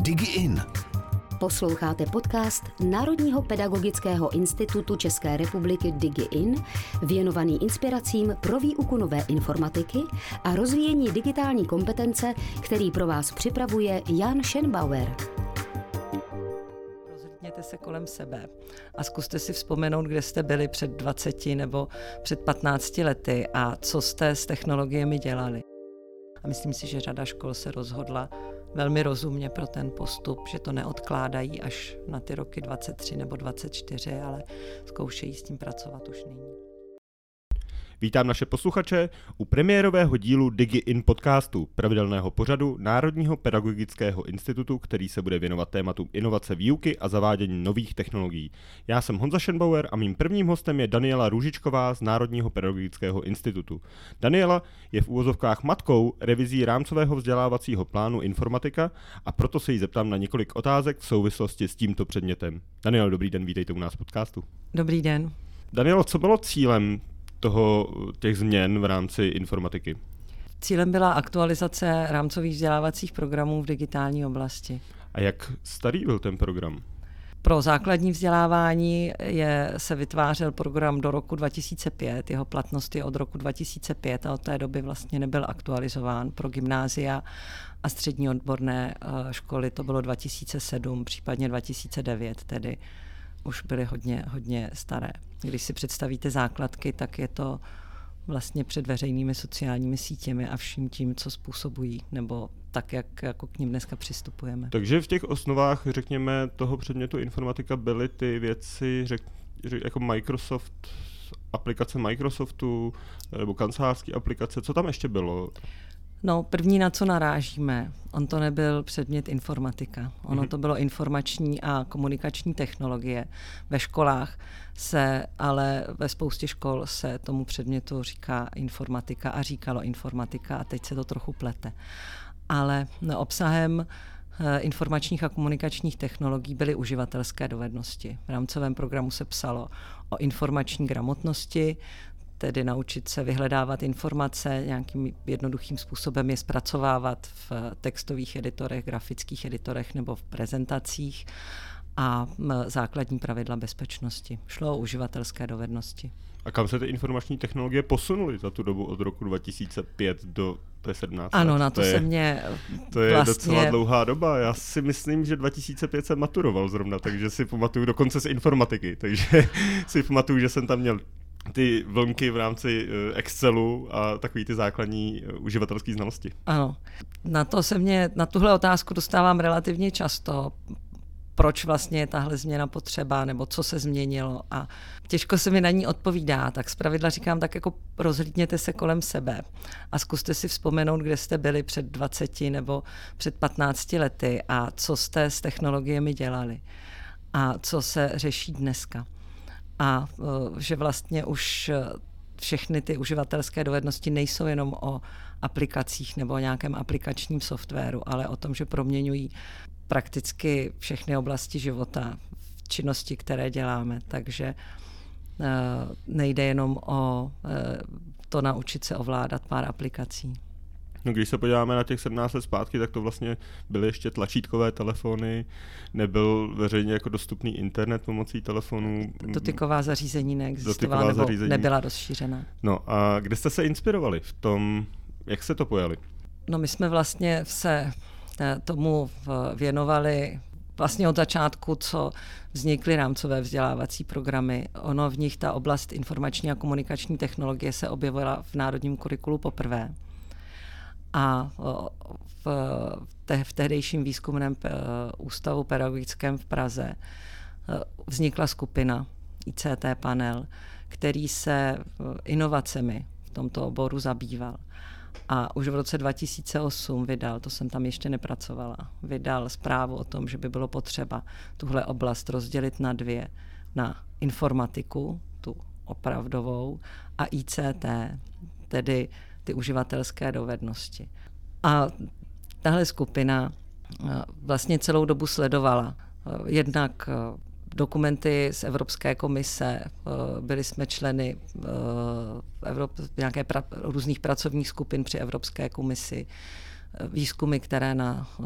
DigiIn. Posloucháte podcast Národního pedagogického institutu České republiky DigiIn, věnovaný inspiracím pro výuku nové informatiky a rozvíjení digitální kompetence, který pro vás připravuje Jan Schenbauer. Rozhlídněte se kolem sebe a zkuste si vzpomenout, kde jste byli před 20 nebo před 15 lety a co jste s technologiemi dělali. A myslím si, že řada škol se rozhodla velmi rozumně pro ten postup, že to neodkládají až na ty roky 23 nebo 24, ale zkoušejí s tím pracovat už nyní. Vítám naše posluchače u premiérového dílu DigiIn podcastu, pravidelného pořadu Národního pedagogického institutu, který se bude věnovat tématům inovace výuky a zavádění nových technologií. Já jsem Honza Schenbauer a mým prvním hostem je Daniela Růžičková z Národního pedagogického institutu. Daniela je v úvozovkách matkou revizí rámcového vzdělávacího plánu informatika a proto se jí zeptám na několik otázek v souvislosti s tímto předmětem. Danielo, dobrý den, vítejte u nás v podcastu. Dobrý den. Danielo, co bylo cílem těch změn v rámci informatiky? Cílem byla aktualizace rámcových vzdělávacích programů v digitální oblasti. A jak starý byl ten program? Pro základní vzdělávání se vytvářel program do roku 2005, jeho platnost je od roku 2005 a od té doby vlastně nebyl aktualizován. Pro gymnázia a střední odborné školy to bylo 2007, případně 2009 tedy. Už byly hodně staré. Když si představíte základky, tak je to vlastně před veřejnými sociálními sítěmi a vším tím, co způsobují, nebo tak, jak jako k nim dneska přistupujeme. Takže v těch osnovách, řekněme, toho předmětu informatika byly ty věci, jako Microsoft, aplikace Microsoftu, nebo kancelářské aplikace, co tam ještě bylo? No, první, na co narážíme, on to nebyl předmět informatika. Ono to bylo informační a komunikační technologie. Ve školách ale ve spoustě škol se tomu předmětu říká informatika a říkalo informatika a teď se to trochu plete. Ale obsahem informačních a komunikačních technologií byly uživatelské dovednosti. V rámcovém programu se psalo o informační gramotnosti, tedy naučit se vyhledávat informace, nějakým jednoduchým způsobem je zpracovávat v textových editorech, grafických editorech nebo v prezentacích a základní pravidla bezpečnosti. Šlo o uživatelské dovednosti. A kam se ty informační technologie posunuly za tu dobu od roku 2005 do 17? Ano, na to se mě To je docela dlouhá doba. Já si myslím, že 2005 jsem maturoval zrovna, takže si pamatuju dokonce z informatiky. Takže si pamatuju, že jsem tam měl ty vlnky v rámci Excelu a takový ty základní uživatelské znalosti. Ano, na tuhle otázku dostávám relativně často, proč vlastně je tahle změna potřeba, nebo co se změnilo a těžko se mi na ní odpovídá, tak zpravidla říkám tak jako rozhlídněte se kolem sebe a zkuste si vzpomenout, kde jste byli před 20 nebo před 15 lety a co jste s technologiemi dělali a co se řeší dneska. A že vlastně už všechny ty uživatelské dovednosti nejsou jenom o aplikacích nebo o nějakém aplikačním softwaru, ale o tom, že proměňují prakticky všechny oblasti života v činnosti, které děláme. Takže nejde jenom o to naučit se ovládat pár aplikací. No, když se podíváme na těch 17 let zpátky, tak to vlastně byly ještě tlačítkové telefony, nebyl veřejně jako dostupný internet pomocí telefonů. Dotyková zařízení neexistovala nebo nebyla rozšířena. No a kde jste se inspirovali v tom, jak se to pojali? No my jsme vlastně se tomu věnovali vlastně od začátku, co vznikly rámcové vzdělávací programy. Ono v nich ta oblast informační a komunikační technologie se objevila v národním kurikulu poprvé. A v tehdejším výzkumném ústavu pedagogickém v Praze vznikla skupina ICT panel, který se inovacemi v tomto oboru zabýval. A už v roce 2008 to jsem tam ještě nepracovala, vydal zprávu o tom, že by bylo potřeba tuhle oblast rozdělit na dvě. Na informatiku, tu opravdovou, a ICT, tedy ty uživatelské dovednosti. A tahle skupina vlastně celou dobu sledovala jednak dokumenty z Evropské komise, byli jsme členy různých pracovních skupin při Evropské komisi, výzkumy, které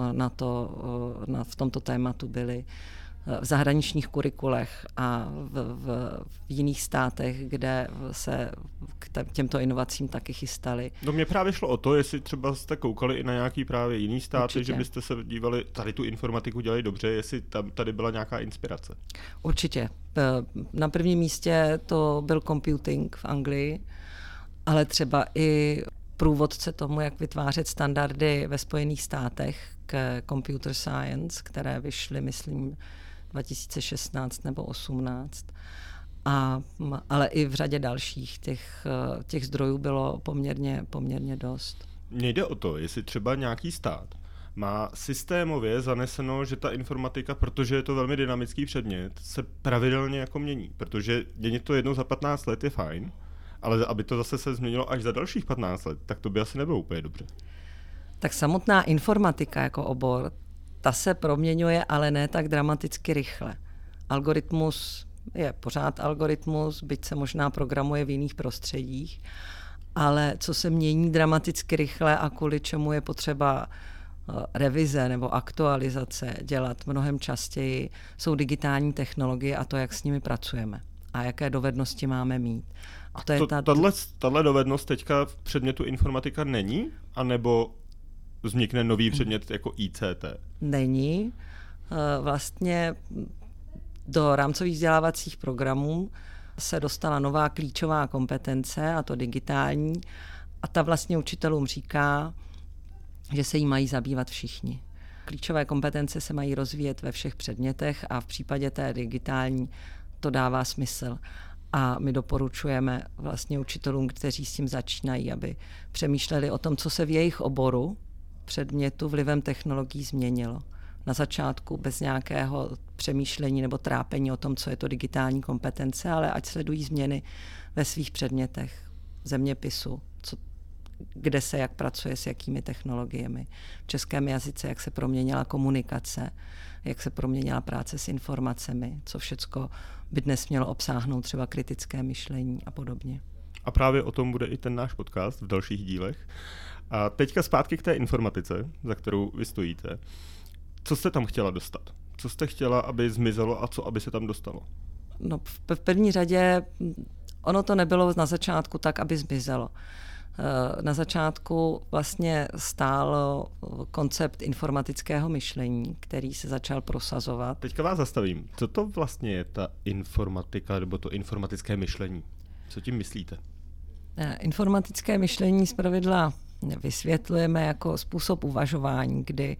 v tomto tématu byly v zahraničních kurikulech a v jiných státech, kde se k těmto inovacím taky chystali. No mě právě šlo o to, jestli třeba jste koukali i na nějaký právě jiný státy, Určitě. Že byste se dívali, tady tu informatiku dělají dobře, jestli tady byla nějaká inspirace. Určitě. Na prvním místě to byl computing v Anglii, ale třeba i průvodce tomu, jak vytvářet standardy ve Spojených státech k computer science, které vyšly, myslím, 2016 nebo 2018. Ale i v řadě dalších těch zdrojů bylo poměrně dost. Mně jde o to, jestli třeba nějaký stát má systémově zaneseno, že ta informatika, protože je to velmi dynamický předmět, se pravidelně jako mění. Protože měnit to jednou za 15 let je fajn, ale aby to zase se změnilo až za dalších 15 let, tak to by asi nebylo úplně dobře. Tak samotná informatika jako obor, ta se proměňuje, ale ne tak dramaticky rychle. Algoritmus je pořád algoritmus, byť se možná programuje v jiných prostředích, ale co se mění dramaticky rychle a kvůli čemu je potřeba revize nebo aktualizace dělat mnohem častěji, jsou digitální technologie a to, jak s nimi pracujeme a jaké dovednosti máme mít. A to je tahle dovednost teďka v předmětu informatika není? Anebo vznikne nový předmět jako ICT? Není. Vlastně do rámcových vzdělávacích programů se dostala nová klíčová kompetence, a to digitální, a ta vlastně učitelům říká, že se jí mají zabývat všichni. Klíčové kompetence se mají rozvíjet ve všech předmětech a v případě té digitální to dává smysl. A my doporučujeme vlastně učitelům, kteří s tím začínají, aby přemýšleli o tom, co se v jejich oboru předmětu vlivem technologií změnilo. Na začátku bez nějakého přemýšlení nebo trápení o tom, co je to digitální kompetence, ale ať sledují změny ve svých předmětech, zeměpisu, kde se jak pracuje s jakými technologiemi. V českém jazyce, jak se proměnila komunikace, jak se proměnila práce s informacemi, co všecko by dnes mělo obsáhnout třeba kritické myšlení a podobně. A právě o tom bude i ten náš podcast v dalších dílech. A teďka zpátky k té informatice, za kterou vy stojíte. Co jste tam chtěla dostat? Co jste chtěla, aby zmizelo a co, aby se tam dostalo? No, v první řadě ono to nebylo na začátku tak, aby zmizelo. Na začátku vlastně stál koncept informatického myšlení, který se začal prosazovat. Teďka vás zastavím. Co to vlastně je ta informatika nebo to informatické myšlení? Co tím myslíte? Informatické myšlení zpravidla vysvětlujeme jako způsob uvažování, kdy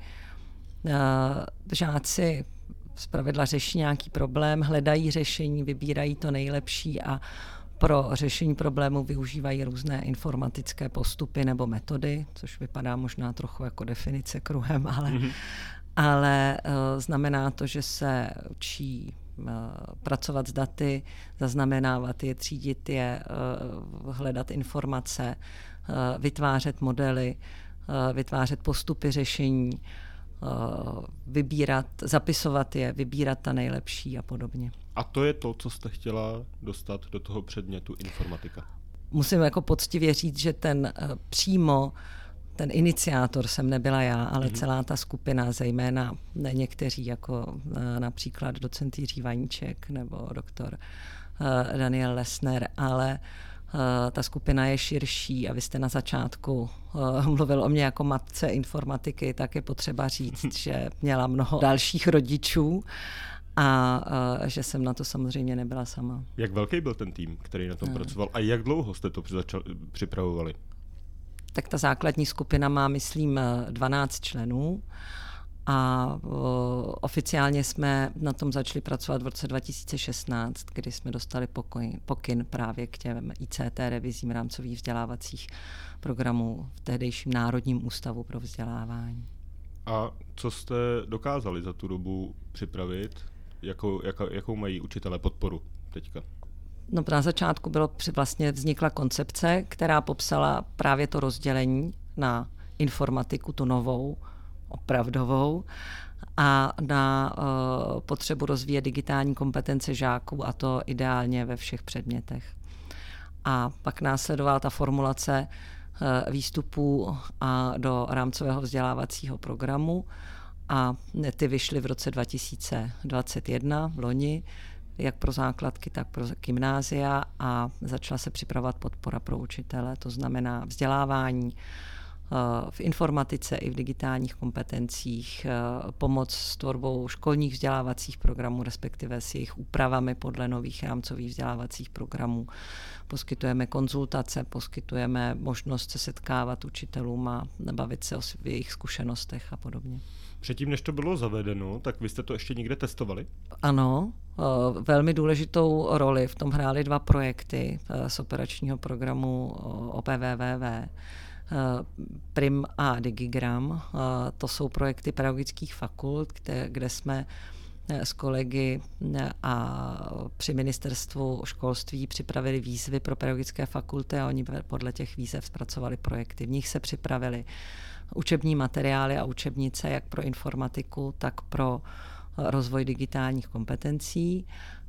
žáci zpravidla řeší nějaký problém, hledají řešení, vybírají to nejlepší a pro řešení problému využívají různé informatické postupy nebo metody, což vypadá možná trochu jako definice kruhem, ale znamená to, že se učí pracovat s daty, zaznamenávat je, třídit je, hledat informace, vytvářet modely, vytvářet postupy řešení, vybírat, zapisovat je, vybírat ta nejlepší a podobně. A to je to, co jste chtěla dostat do toho předmětu informatika? Musím jako poctivě říct, že přímo ten iniciátor jsem nebyla já, ale celá ta skupina, zejména někteří, jako například docent Jiří Vaníček nebo doktor Daniel Lesner, ale ta skupina je širší a vy jste na začátku mluvil o mě jako matce informatiky, tak je potřeba říct, že měla mnoho dalších rodičů a že jsem na to samozřejmě nebyla sama. Jak velký byl ten tým, který na tom pracoval a jak dlouho jste to připravovali? Tak ta základní skupina má, myslím, 12 členů a oficiálně jsme na tom začali pracovat v roce 2016, kdy jsme dostali pokyn právě k těm ICT revizím rámcových vzdělávacích programů v tehdejším Národním ústavu pro vzdělávání. A co jste dokázali za tu dobu připravit? Jakou mají učitelé podporu teďka? No, na začátku vlastně vznikla koncepce, která popsala právě to rozdělení na informatiku, tu novou, opravdovou, a na potřebu rozvíjet digitální kompetence žáků, a to ideálně ve všech předmětech. A pak následovala ta formulace výstupů a do rámcového vzdělávacího programu a ty vyšly v roce 2021 v loni, jak pro základky, tak pro gymnázia a začala se připravovat podpora pro učitele, to znamená vzdělávání v informatice i v digitálních kompetencích, pomoc s tvorbou školních vzdělávacích programů, respektive s jejich úpravami podle nových rámcových vzdělávacích programů. Poskytujeme konzultace, poskytujeme možnost se setkávat učitelům a bavit se o jejich zkušenostech a podobně. Předtím, než to bylo zavedeno, tak vy jste to ještě někde testovali? Ano, velmi důležitou roli v tom hrály 2 projekty z operačního programu OPVVV. Prim a Digigram. To jsou projekty pedagogických fakult, kde jsme s kolegy a při ministerstvu školství připravili výzvy pro pedagogické fakulty a oni podle těch výzev zpracovali projekty. V nich se připravili učební materiály a učebnice jak pro informatiku, tak pro rozvoj digitálních kompetencí,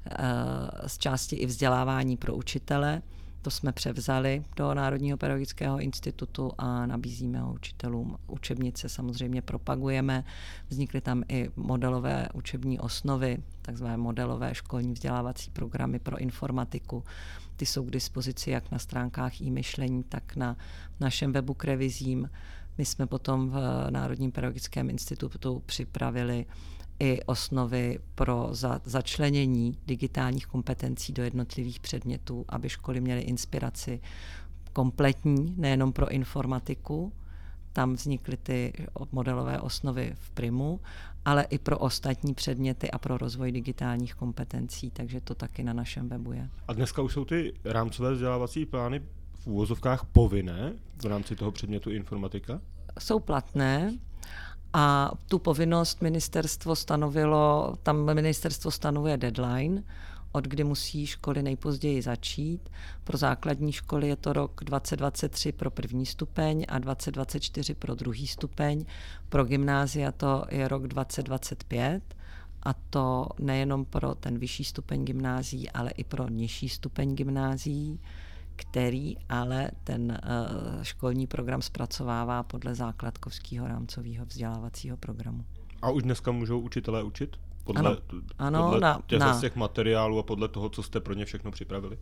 z části i vzdělávání pro učitele. To jsme převzali do Národního pedagogického institutu a nabízíme ho učitelům. Učebnice samozřejmě propagujeme. Vznikly tam i modelové učební osnovy, takzvané modelové školní vzdělávací programy pro informatiku. Ty jsou k dispozici jak na stránkách e-myšlení, tak na našem webu k revizím. My jsme potom v Národním pedagogickém institutu připravili i osnovy pro začlenění digitálních kompetencí do jednotlivých předmětů, aby školy měly inspiraci kompletní, nejenom pro informatiku. Tam vznikly ty modelové osnovy v Primu, ale i pro ostatní předměty a pro rozvoj digitálních kompetencí, takže to taky na našem webu je. A dneska už jsou ty rámcové vzdělávací plány v úvozovkách povinné v rámci toho předmětu informatika? Jsou platné. A tu povinnost ministerstvo stanovilo, tam ministerstvo stanovuje deadline, od kdy musí školy nejpozději začít. Pro základní školy je to rok 2023 pro první stupeň a 2024 pro druhý stupeň. Pro gymnázia to je rok 2025 a to nejenom pro ten vyšší stupeň gymnázií, ale i pro nižší stupeň gymnázií, který ale ten školní program zpracovává podle základkovského rámcového vzdělávacího programu. A už dneska můžou učitelé učit? Podle těch materiálů a podle toho, co jste pro ně všechno připravili?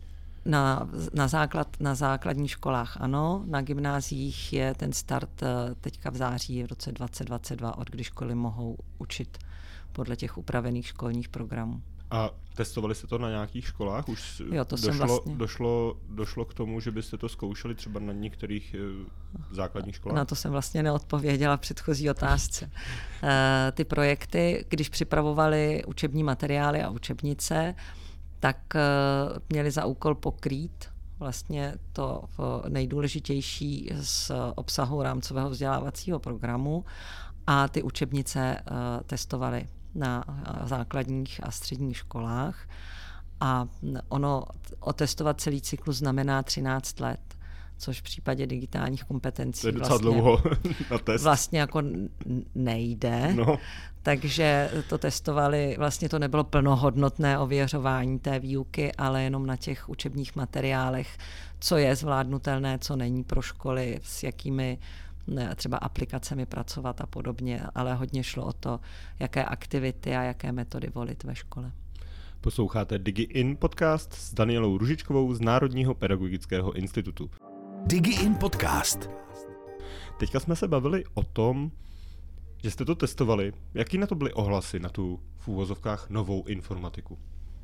Na základních školách ano, na gymnáziích je ten start teďka v září v roce 2022, od kdy školy mohou učit podle těch upravených školních programů. A testovali jste to na nějakých školách? Už jo, došlo k tomu, že byste to zkoušeli třeba na některých základních školách? Na to jsem vlastně neodpověděla v předchozí otázce. Ty projekty, když připravovali učební materiály a učebnice, tak měli za úkol pokrýt vlastně to nejdůležitější z obsahu rámcového vzdělávacího programu a ty učebnice testovali na základních a středních školách a otestovat celý cyklus znamená 13 let, což v případě digitálních kompetencí to je docela dlouho na test. Vlastně jako nejde. No. Takže to testovali, vlastně to nebylo plnohodnotné ověřování té výuky, ale jenom na těch učebních materiálech, co je zvládnutelné, co není pro školy, s jakými třeba aplikacemi pracovat a podobně, ale hodně šlo o to, jaké aktivity a jaké metody volit ve škole. Posloucháte DigiIn podcast s Danielou Ružičkovou z Národního pedagogického institutu. DigiIn podcast. Teďka jsme se bavili o tom, že jste to testovali. Jaký na to byly ohlasy, na tu v úvozovkách novou informatiku?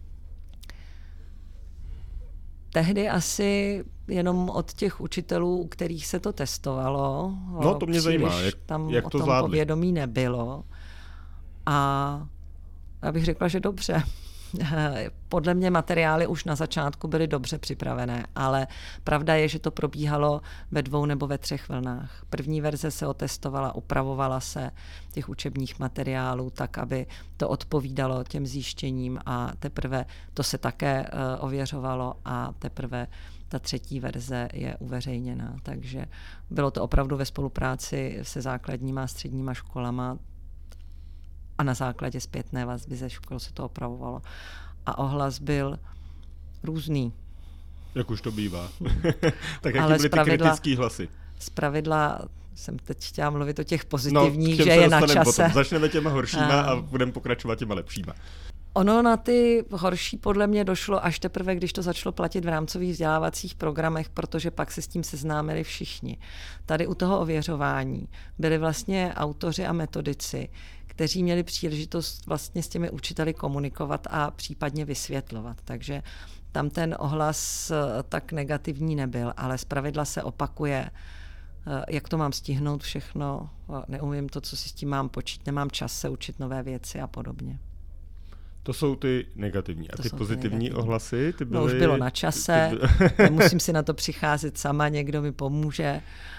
Tehdy asi jenom od těch učitelů, u kterých se to testovalo. No to mě zajímá, jak to zvládli. Povědomí nebylo. A já bych řekla, že dobře. Podle mě materiály už na začátku byly dobře připravené, ale pravda je, že to probíhalo ve 2 nebo ve 3 vlnách. První verze se otestovala, upravovala se těch učebních materiálů tak, aby to odpovídalo těm zjištěním a teprve to se také ověřovalo a teprve ta 3. verze je uveřejněna. Takže bylo to opravdu ve spolupráci se základníma a středníma školama a na základě zpětné vazby ze škol se to opravovalo. A ohlas byl různý. Jak už to bývá. Tak jaký byly ty kritický hlasy? Zpravidla jsem teď chtěla mluvit o těch pozitivních, že je na čase. Potom. Začneme těma horšíma a budeme pokračovat těma lepšíma. Ono na ty horší podle mě došlo až teprve, když to začalo platit v rámcových vzdělávacích programech, protože pak se s tím seznámili všichni. Tady u toho ověřování byli vlastně autoři a metodici, kteří měli příležitost vlastně s těmi učiteli komunikovat a případně vysvětlovat. Takže tam ten ohlas tak negativní nebyl, ale zpravidla se opakuje, jak to mám stihnout všechno, neumím to, co si s tím mám počít, nemám čas se učit nové věci a podobně. To jsou ty negativní. A ty pozitivní ohlasy? Ty byly... už bylo na čase, nemusím si na to přicházet sama, někdo mi pomůže.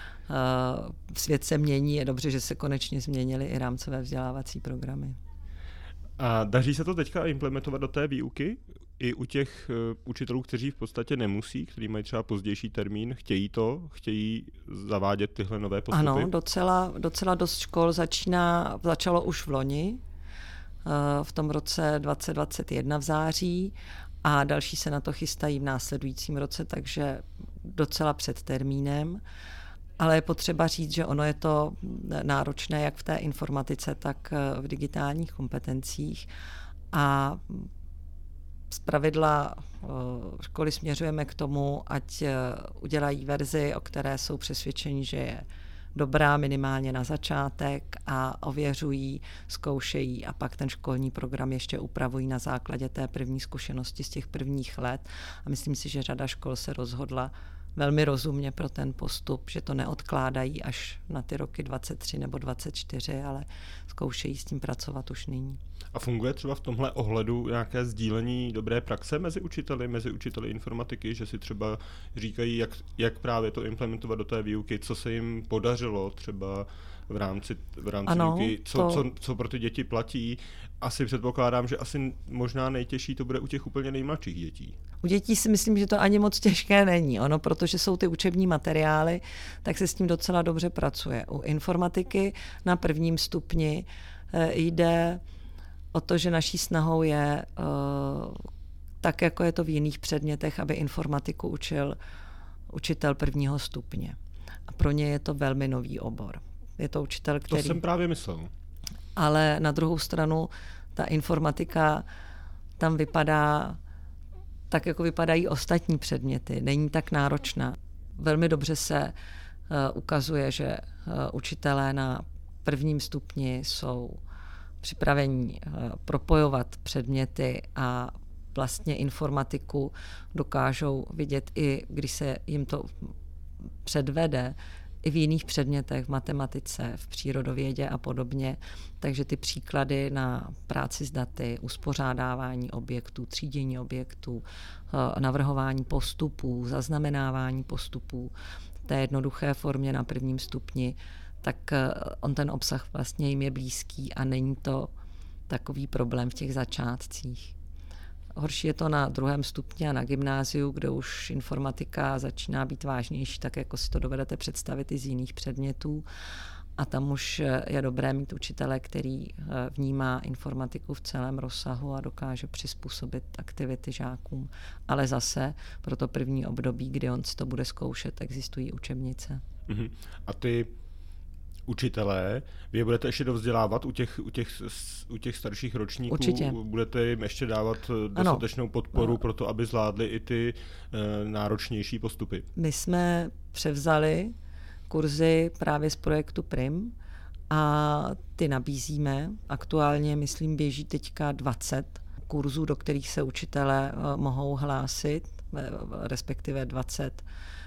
Svět se mění, je dobře, že se konečně změnily i rámcové vzdělávací programy. A daří se to teďka implementovat do té výuky? I u těch učitelů, kteří v podstatě nemusí, kteří mají třeba pozdější termín, chtějí zavádět tyhle nové postupy? Ano, docela dost škol začalo už v loni, v tom roce 2021 v září a další se na to chystají v následujícím roce, takže docela před termínem. Ale je potřeba říct, že ono je to náročné jak v té informatice, tak v digitálních kompetencích a zpravidla školy směřujeme k tomu, ať udělají verzi, o které jsou přesvědčeni, že je dobrá minimálně na začátek a ověřují, zkoušejí a pak ten školní program ještě upravují na základě té první zkušenosti z těch prvních let. A myslím si, že řada škol se rozhodla velmi rozumně pro ten postup, že to neodkládají až na ty roky 23 nebo 24, ale zkoušejí s tím pracovat už nyní. A funguje třeba v tomhle ohledu nějaké sdílení dobré praxe mezi učiteli informatiky, že si třeba říkají, jak právě to implementovat do té výuky, co se jim podařilo třeba v rámci ano, výuky, co pro ty děti platí. Asi předpokládám, že asi možná nejtěžší to bude u těch úplně nejmladších dětí. U dětí si myslím, že to ani moc těžké není, protože jsou ty učební materiály, tak se s tím docela dobře pracuje. U informatiky na prvním stupni jde o to, že naší snahou je, tak jako je to v jiných předmětech, aby informatiku učil učitel prvního stupně. A pro ně je to velmi nový obor. Je to učitel, který... To jsem právě myslel. Ale na druhou stranu ta informatika tam vypadá tak, jako vypadají ostatní předměty. Není tak náročná. Velmi dobře se ukazuje, že učitelé na prvním stupni jsou připravení propojovat předměty a vlastně informatiku dokážou vidět i když se jim to předvede, i v jiných předmětech, v matematice, v přírodovědě a podobně. Takže ty příklady na práci s daty, uspořádávání objektů, třídění objektů, navrhování postupů, zaznamenávání postupů v té jednoduché formě na prvním stupni, tak on ten obsah vlastně jim je blízký a není to takový problém v těch začátcích. Horší je to na druhém stupni a na gymnáziu, kde už informatika začíná být vážnější, tak jako si to dovedete představit i z jiných předmětů. A tam už je dobré mít učitele, který vnímá informatiku v celém rozsahu a dokáže přizpůsobit aktivity žákům. Ale zase pro to první období, kdy on si to bude zkoušet, existují učebnice. A ty učitelé, vy je budete ještě dovzdělávat u těch starších ročníků? Určitě. Budete jim ještě dávat dostatečnou podporu pro to, aby zvládli i ty náročnější postupy? My jsme převzali kurzy právě z projektu PRIM a ty nabízíme. Aktuálně, myslím, běží teďka 20 kurzů, do kterých se učitelé mohou hlásit, respektive 20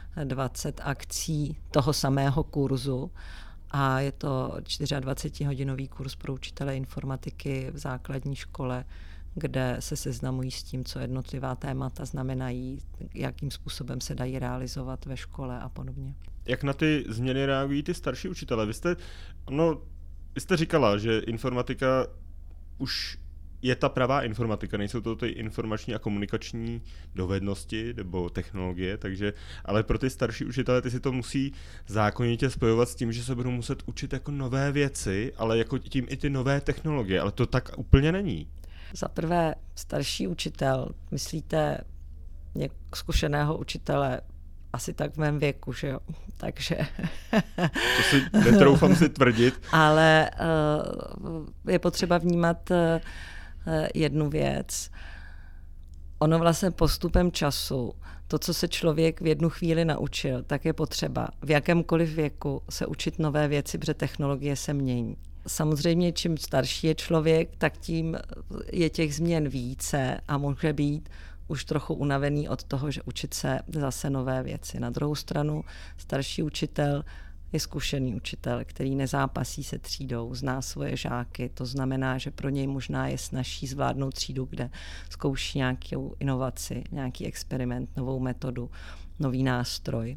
akcí toho samého kurzu. A je to 24-hodinový kurz pro učitele informatiky v základní škole, kde se seznamují s tím, co jednotlivá témata znamenají, jakým způsobem se dají realizovat ve škole a podobně. Jak na ty změny reagují ty starší učitelé? Vy jste říkala, že informatika už je ta pravá informatika, nejsou to ty informační a komunikační dovednosti nebo technologie, ale pro ty starší učitele ty si to musí zákonitě spojovat s tím, že se budou muset učit jako nové věci, ale jako tím i ty nové technologie, ale to tak úplně není. Za prvé, starší učitel, myslíte zkušeného učitele asi tak v mém věku, že jo, takže... To si netroufám si tvrdit. Ale je potřeba vnímat jednu věc. Ono vlastně postupem času, to, co se člověk v jednu chvíli naučil, tak je potřeba v jakémkoliv věku se učit nové věci, protože technologie se mění. Samozřejmě, čím starší je člověk, tak tím je těch změn více a může být už trochu unavený od toho, že učit se zase nové věci. Na druhou stranu starší učitel je zkušený učitel, který nezápasí se třídou, zná svoje žáky, to znamená, že pro něj možná je snazší zvládnout třídu, kde zkouší nějakou inovaci, nějaký experiment, novou metodu, nový nástroj.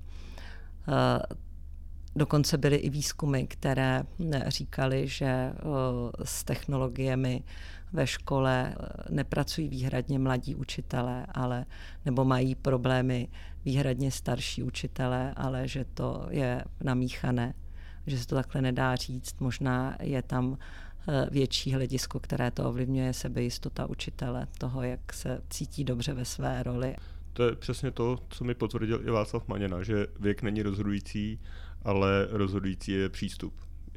Dokonce byly i výzkumy, které říkaly, že s technologiemi ve škole nepracují výhradně mladí učitelé, nebo mají problémy výhradně starší učitelé, ale že to je namíchané, že se to takhle nedá říct. Možná je tam větší hledisko, které to ovlivňuje sebejistota učitele, toho, jak se cítí dobře ve své roli. To je přesně to, co mi potvrdil i Václav Maněna, že věk není rozhodující, ale rozhodující je přístup.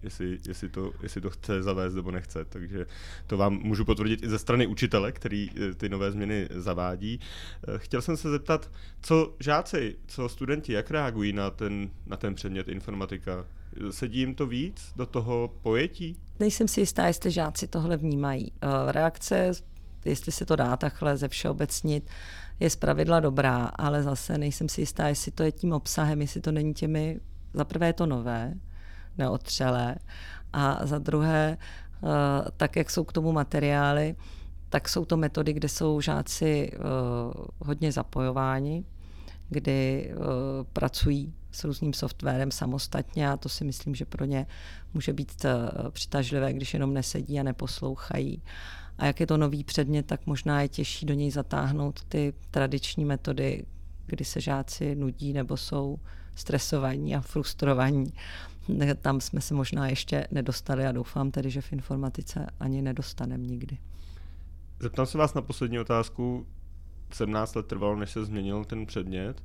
Jestli to chce zavést nebo nechce. Takže to vám můžu potvrdit i ze strany učitele, který ty nové změny zavádí. Chtěl jsem se zeptat, co žáci, co studenti, jak reagují na ten předmět informatika? Sedí jim to víc do toho pojetí? Nejsem si jistá, jestli žáci tohle vnímají. Reakce, jestli se to dá takhle ze všeobecnit, je zpravidla dobrá, ale zase nejsem si jistá, jestli to je tím obsahem, jestli to není těmi, za prvé je to nové, neotřelé, a za druhé, tak jak jsou k tomu materiály, tak jsou to metody, kde jsou žáci hodně zapojováni, kdy pracují s různým softwarem samostatně a to si myslím, že pro ně může být přitažlivé, když jenom nesedí a neposlouchají. A jak je to nový předmět, tak možná je těžší do něj zatáhnout ty tradiční metody, kdy se žáci nudí nebo jsou stresovaní a frustrovaní. Tam jsme se možná ještě nedostali a doufám tedy, že v informatice ani nedostaneme nikdy. Zeptám se vás na poslední otázku. 17 let trvalo, než se změnil ten předmět.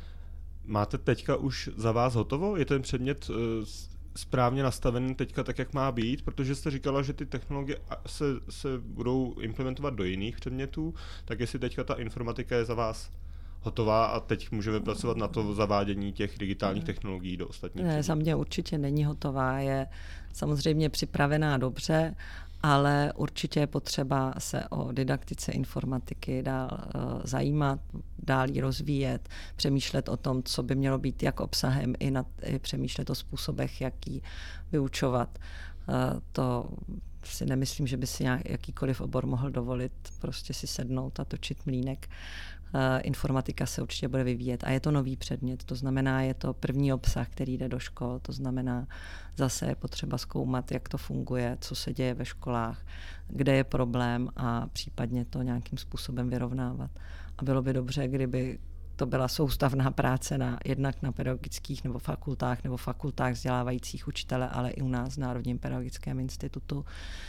Máte teďka už za vás hotovo? Je ten předmět správně nastavený teďka tak, jak má být? Protože jste říkala, že ty technologie se budou implementovat do jiných předmětů, tak jestli teďka ta informatika je za vás hotová a teď můžeme pracovat na to zavádění těch digitálních technologií do ostatních předmětů? Ne, za mě určitě není hotová, je samozřejmě připravená dobře, ale určitě je potřeba se o didaktice informatiky dál zajímat, dál ji rozvíjet, přemýšlet o tom, co by mělo být jak obsahem, i přemýšlet o způsobech, jak ji vyučovat. To si nemyslím, že by si jakýkoliv obor mohl dovolit prostě si sednout a točit mlýnek. Informatika se určitě bude vyvíjet a je to nový předmět, to znamená, je to první obsah, který jde do škol, to znamená, zase je potřeba zkoumat, jak to funguje, co se děje ve školách, kde je problém a případně to nějakým způsobem vyrovnávat. A bylo by dobře, kdyby to byla soustavná práce jednak na pedagogických nebo fakultách vzdělávajících učitele, ale i u nás v Národním pedagogickém institutu,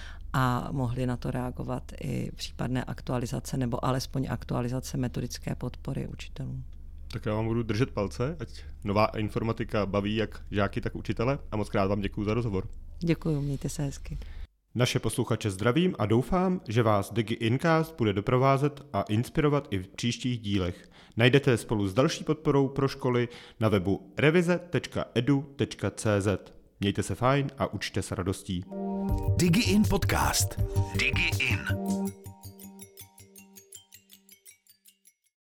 a mohli na to reagovat i případné aktualizace nebo alespoň aktualizace metodické podpory učitelům. Tak já vám budu držet palce, ať nová informatika baví jak žáky, tak učitele a moc krát vám děkuju za rozhovor. Děkuju, mějte se hezky. Naše posluchače zdravím a doufám, že vás Digi Incast bude doprovázet a inspirovat i v příštích dílech. Najdete je spolu s další podporou pro školy na webu revize.edu.cz. Mějte se fajn a učte se radostí. Digi In Podcast. Digi